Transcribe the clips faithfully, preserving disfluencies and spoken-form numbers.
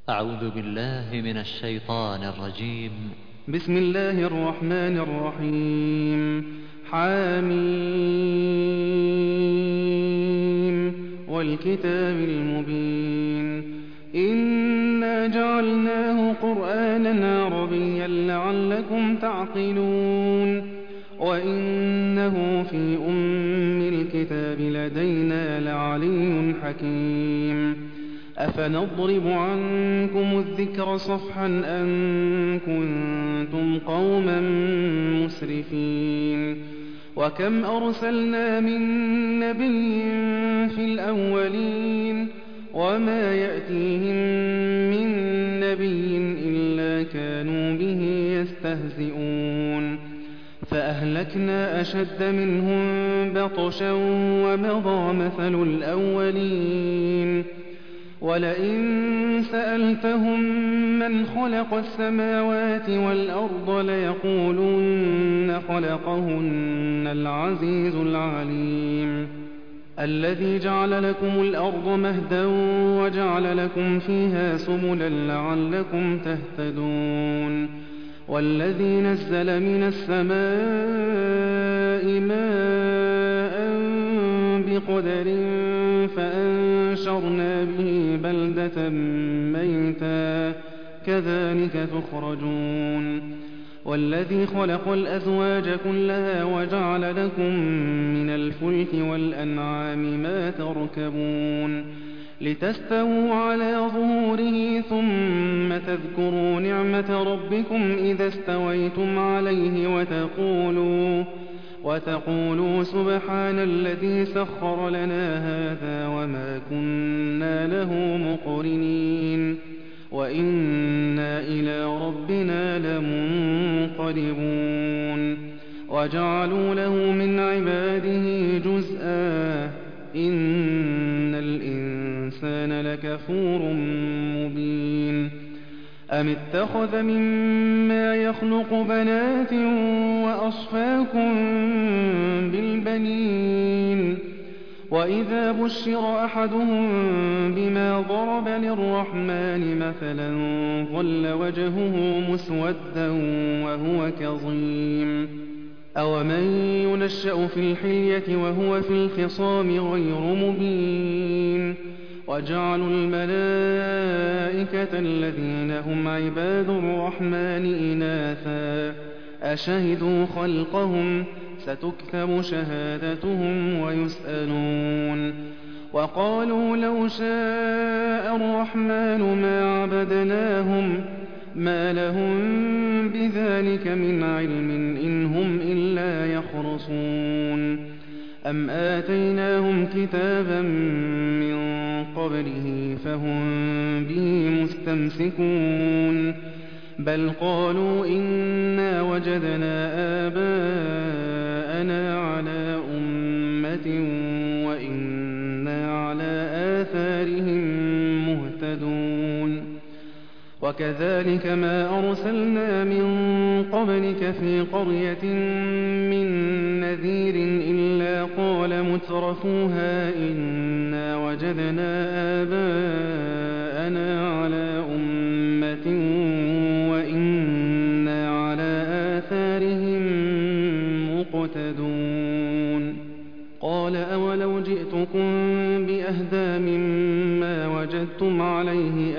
أعوذ بالله من الشيطان الرجيم. بسم الله الرحمن الرحيم. حاميم والكتاب المبين. إنا جعلناه قرآنا عربيا لعلكم تعقلون. وإنه في أم الكتاب لدينا لعلي حكيم. أفنضرب عنكم الذكر صفحا أن كنتم قوما مسرفين. وكم أرسلنا من نبي في الأولين وما يأتيهم من نبي إلا كانوا به يستهزئون. فأهلكنا أشد منهم بطشا ومضى مثل الأولين. ولئن سألتهم من خلق السماوات والأرض ليقولن خلقهن العزيز العليم. الذي جعل لكم الأرض مهدا وجعل لكم فيها سبلا لعلكم تهتدون. والذي نزل من السماء ماء بقدر فأنشرنا به بلدة ميتا كذلك تخرجون. والذي خلق الأزواج كلها وجعل لكم من الفلك والأنعام ما تركبون لتستووا على ظهوره ثم تذكروا نعمة ربكم إذا استويتم عليه وتقولوا وتقولوا سبحان الذي سخر لنا هذا وما كنا له مقرنين وإنا إلى ربنا لمنقلبون. وجعلوا له من عباده جزءا إن الإنسان لكفور مبين. أم اتخذ مما يخلق بنات وأصفاكم بالبنين. وإذا بشر أحدهم بما ضرب للرحمن مثلا ظل وجهه مسودا وهو كظيم. أومن ينشأ في الحلية وهو في الخصام غير مبين. وجعلوا الملائكة الذين هم عباد الرحمن إناثا أشهدوا خلقهم ستكتب شهادتهم ويسألون. وقالوا لو شاء الرحمن ما عبدناهم ما لهم بذلك من علم إن هم إلا يخرصون. أم آتيناهم كتابا من قبله فهم به مستمسكون. بل قالوا إنا وجدنا آباءنا على أمة وإنا على آثارهم مهتدون. وكذلك ما أرسلنا من قبلك في قرية من نذير إلا قال مترفوها إنا وجدنا آباءنا على أمة وإنا على آثارهم مقتدون. قال أولو جئتكم بأهدى مما وجدتم عليه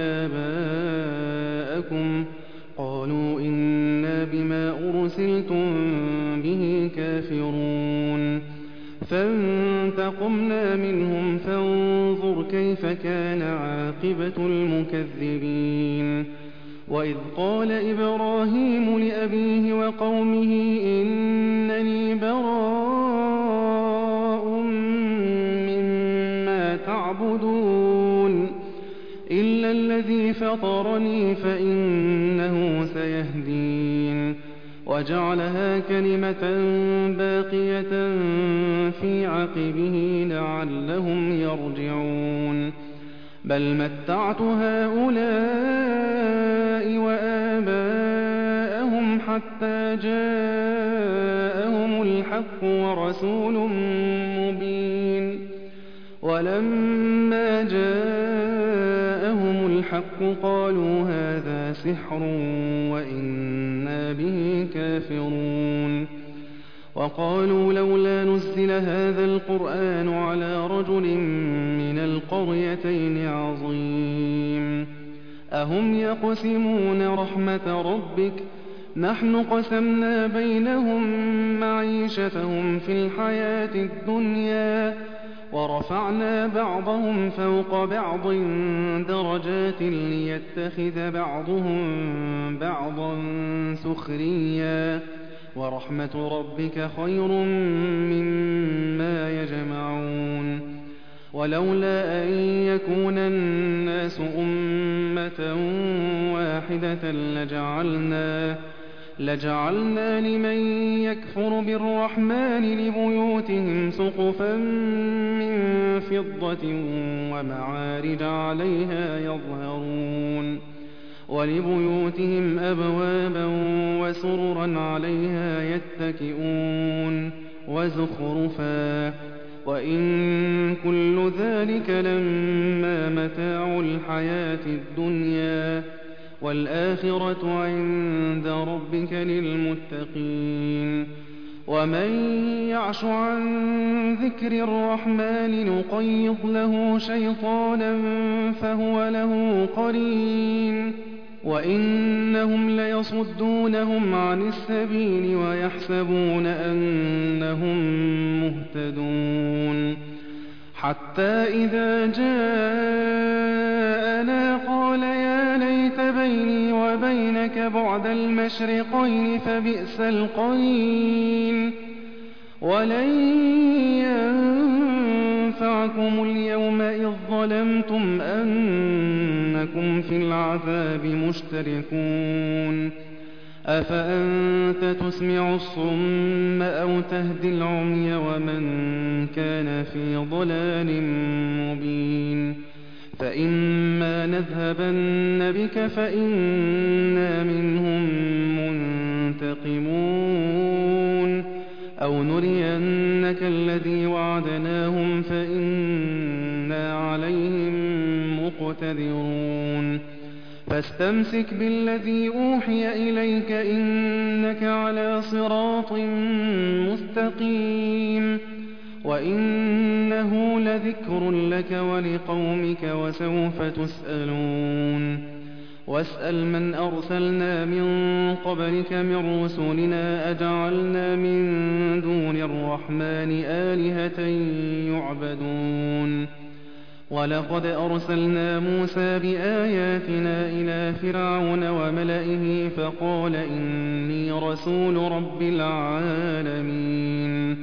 آباءكم قالوا إنا بما أرسلتم به كافرون. فانتقمنا منهم فانظر كيف كان عاقبة المكذبين. وإذ قال إبراهيم لأبيه وقومه إنني براء مما تعبدون إلا الذي فطرني فإنه سيهدين. وجعلها كلمة باقية في عقبه لعلهم يرجعون. بل متعت هؤلاء وآباءهم حتى جاءهم الحق ورسول مبين. ولما جاءهم الحق قالوا هذا سحر وإنا به كافرون وقالوا لولا نزل هذا القرآن على رجل من القريتين عظيم أهم يقسمون رحمة ربك نحن قسمنا بينهم معيشتهم في الحياة الدنيا ورفعنا بعضهم فوق بعض درجات ليتخذ بعضهم بعضا سخريا ورحمة ربك خير مما يجمعون ولولا أن يكون الناس أمة واحدة لجعلنا لجعلنا لمن يكفر بالرحمن لبيوتهم سقفا من فضة ومعارج عليها يظهرون ولبيوتهم أبوابا وسررا عليها يتكئون وزخرفا وإن كل ذلك لما متاع الحياة الدنيا والآخرة عند ربك للمتقين ومن يعش عن ذكر الرحمن نقيض له شيطانا فهو له قرين وإنهم ليصدونهم عن السبيل ويحسبون أنهم مهتدون حتى إذا جاءنا قال يا ليت بيني وبينك بعد المشرقين فبئس القرين ولن ينفعكم اليوم إذ ظلمتم أنكم في العذاب مشتركون أفأنت تسمع الصم أو تهدي العمي ومن كان في ضلال مبين فإما نذهبن بك فإنا منهم منتقمون أو نرينك الذي وعدناهم فإنا عليهم مقتدرون فاستمسك بالذي أوحي إليك إنك على صراط مستقيم وإنه لذكر لك ولقومك وسوف تسألون واسأل من أرسلنا من قبلك من رسلنا أجعلنا من دون الرحمن آلهة يعبدون ولقد أرسلنا موسى بآياتنا إلى فرعون وملئه فقال إني رسول رب العالمين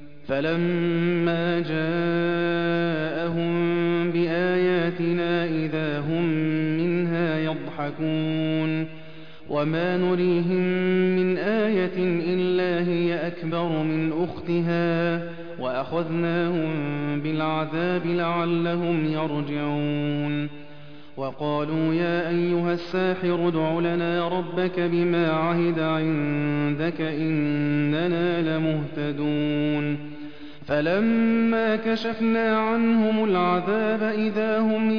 فلما جاءهم بآياتنا إذا هم منها يضحكون وما نريهم من آية إلا هي أكبر من أختها وأخذناهم بالعذاب لعلهم يرجعون وقالوا يا أيها الساحر ادع لنا ربك بما عهد عندك إننا لمهتدون فلما كشفنا عنهم العذاب إذا هم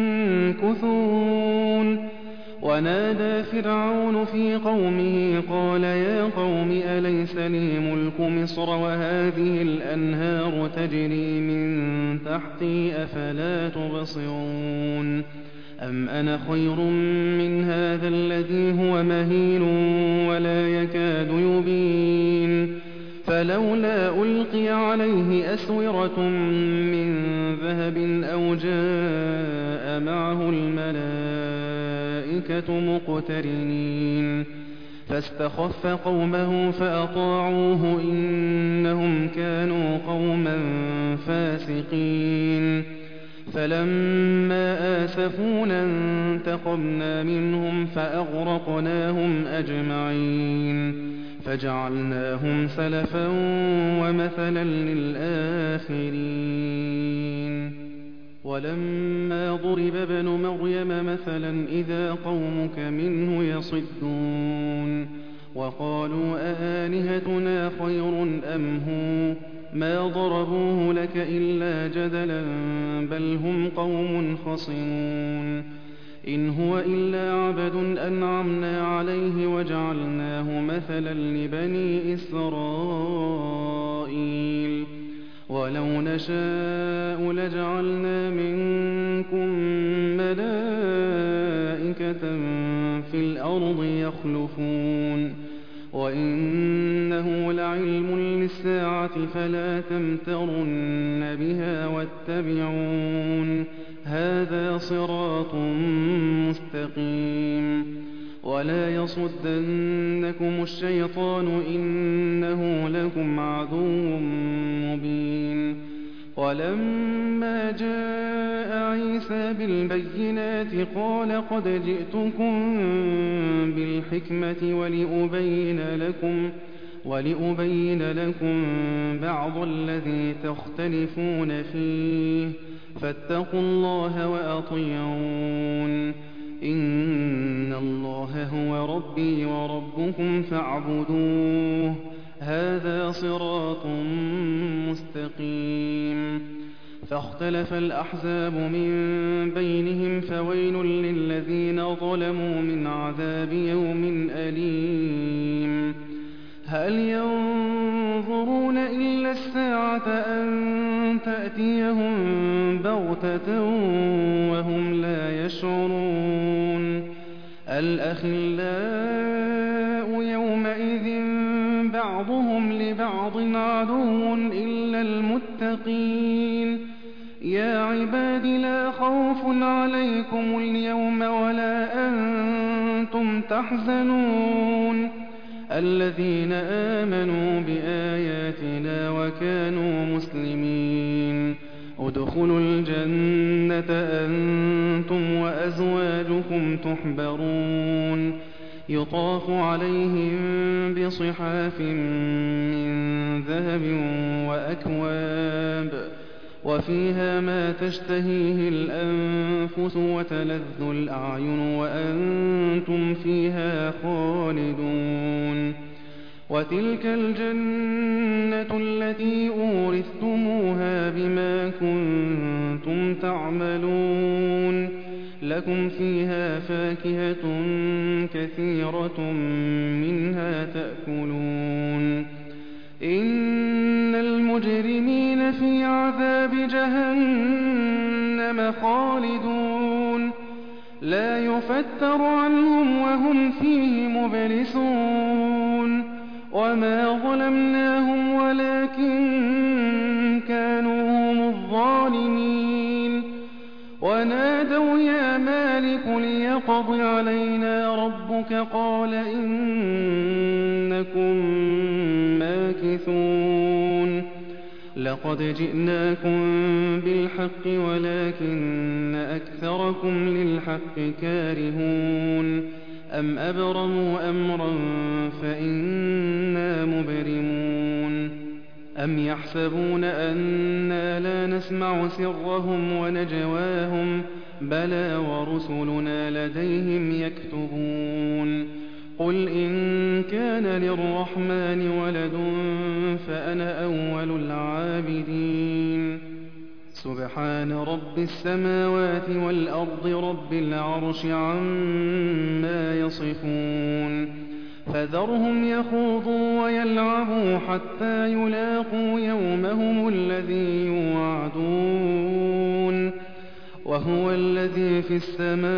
ينكثون ونادى فرعون في قومه قال يا قوم أليس لي ملك مصر وهذه الأنهار تجري من تحتي أفلا تبصرون أم أنا خير من هذا الذي هو مهين ولا يكاد يبين فلولا ألقي عليه أسورة من ذهب أو جاء معه الملائكة مقترنين فاستخف قومه فأطاعوه إنهم كانوا قوما فاسقين فلما آسفونا انتقمنا منهم فأغرقناهم أجمعين فجعلناهم سلفا ومثلا للآخرين ولما ضرب ابن مريم مثلا إذا قومك منه يصدون وقالوا أآلهتنا خير أم هو ما ضربوه لك إلا جدلا بل هم قوم خصمون إن هو إلا عبد أنعمنا عليه وجعلناه مثلا لبني إسرائيل ولو نشاء لجعلنا منكم ملائكة في الأرض يخلفون وإنه لعلم للساعة فلا تمترن بها واتبعون هذا صراط مستقيم ولا يصدنكم الشيطان إنه لكم عدو مبين ولما جاء عيسى بالبينات قال قد جئتكم بالحكمة ولأبين لكم ولأبين لكم بعض الذي تختلفون فيه فاتقوا الله وأطيعون إن الله هو ربي وربكم فاعبدوه هذا صراط مستقيم فاختلف الأحزاب من بينهم فويل للذين ظلموا من عذاب يوم أليم هل ينظرون إلا الساعة أن تأتيهم بغتة وهم لا يشعرون الأخلاء يومئذ بعضهم لبعض عدو إلا المتقين يا عباد لا خوف عليكم اليوم ولا أنتم تحزنون الذين آمنوا بآياتنا وكانوا مسلمين ادخلوا الجنة أنتم وأزواجكم تحبرون يطاف عليهم بصحاف من ذهب وأكواب وفيها ما تشتهيه الأنفس وتلذ الأعين وأنتم فيها خالدون وتلك الجنة التي أورثتموها بما كنتم تعملون لكم فيها فاكهة كثيرة منها تأكلون إن المجرمين في عذاب جهنم خالدون لا يفتر عنهم وهم فيه مبلسون وما ظلمناهم ولكن كانوا هم الظالمين ونادوا يا مالك ليقض علينا ربك قال إنكم ماكثون لقد جئناكم بالحق ولكن أكثركم للحق كارهون أم أبرموا أمرا فإنا مبرمون أم يحسبون أنا لا نسمع سرهم ونجواهم بلى ورسلنا لديهم يكتبون قل إن كان للرحمن ولد فأنا أول العابدين سبحان رب السماوات والأرض رب العرش عما يصفون فذرهم يخوضوا ويلعبوا حتى يلاقوا يومهم الذي يوعدون وهو الذي في السماء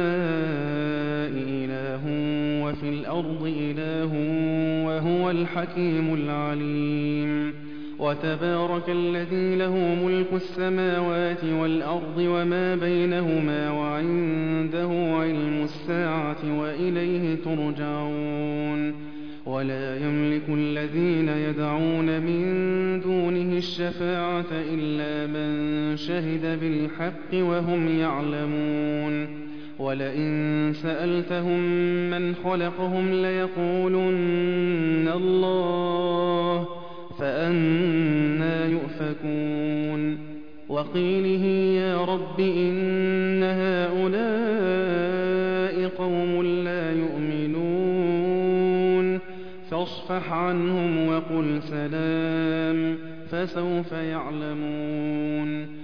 إله وفي الأرض إله وهو الحكيم العليم وتبارك الذي له ملك السماوات والأرض وما بينهما وعنده علم الساعة وإليه ترجعون ولا يملك الذين يدعون من دونه الشفاعة إلا من شهد بالحق وهم يعلمون ولئن سألتهم من خلقهم ليقولن الله فأنى يؤفكون وقيله يا رب إن هؤلاء قوم لا يؤمنون فاصفح عنهم وقل سلام فسوف يعلمون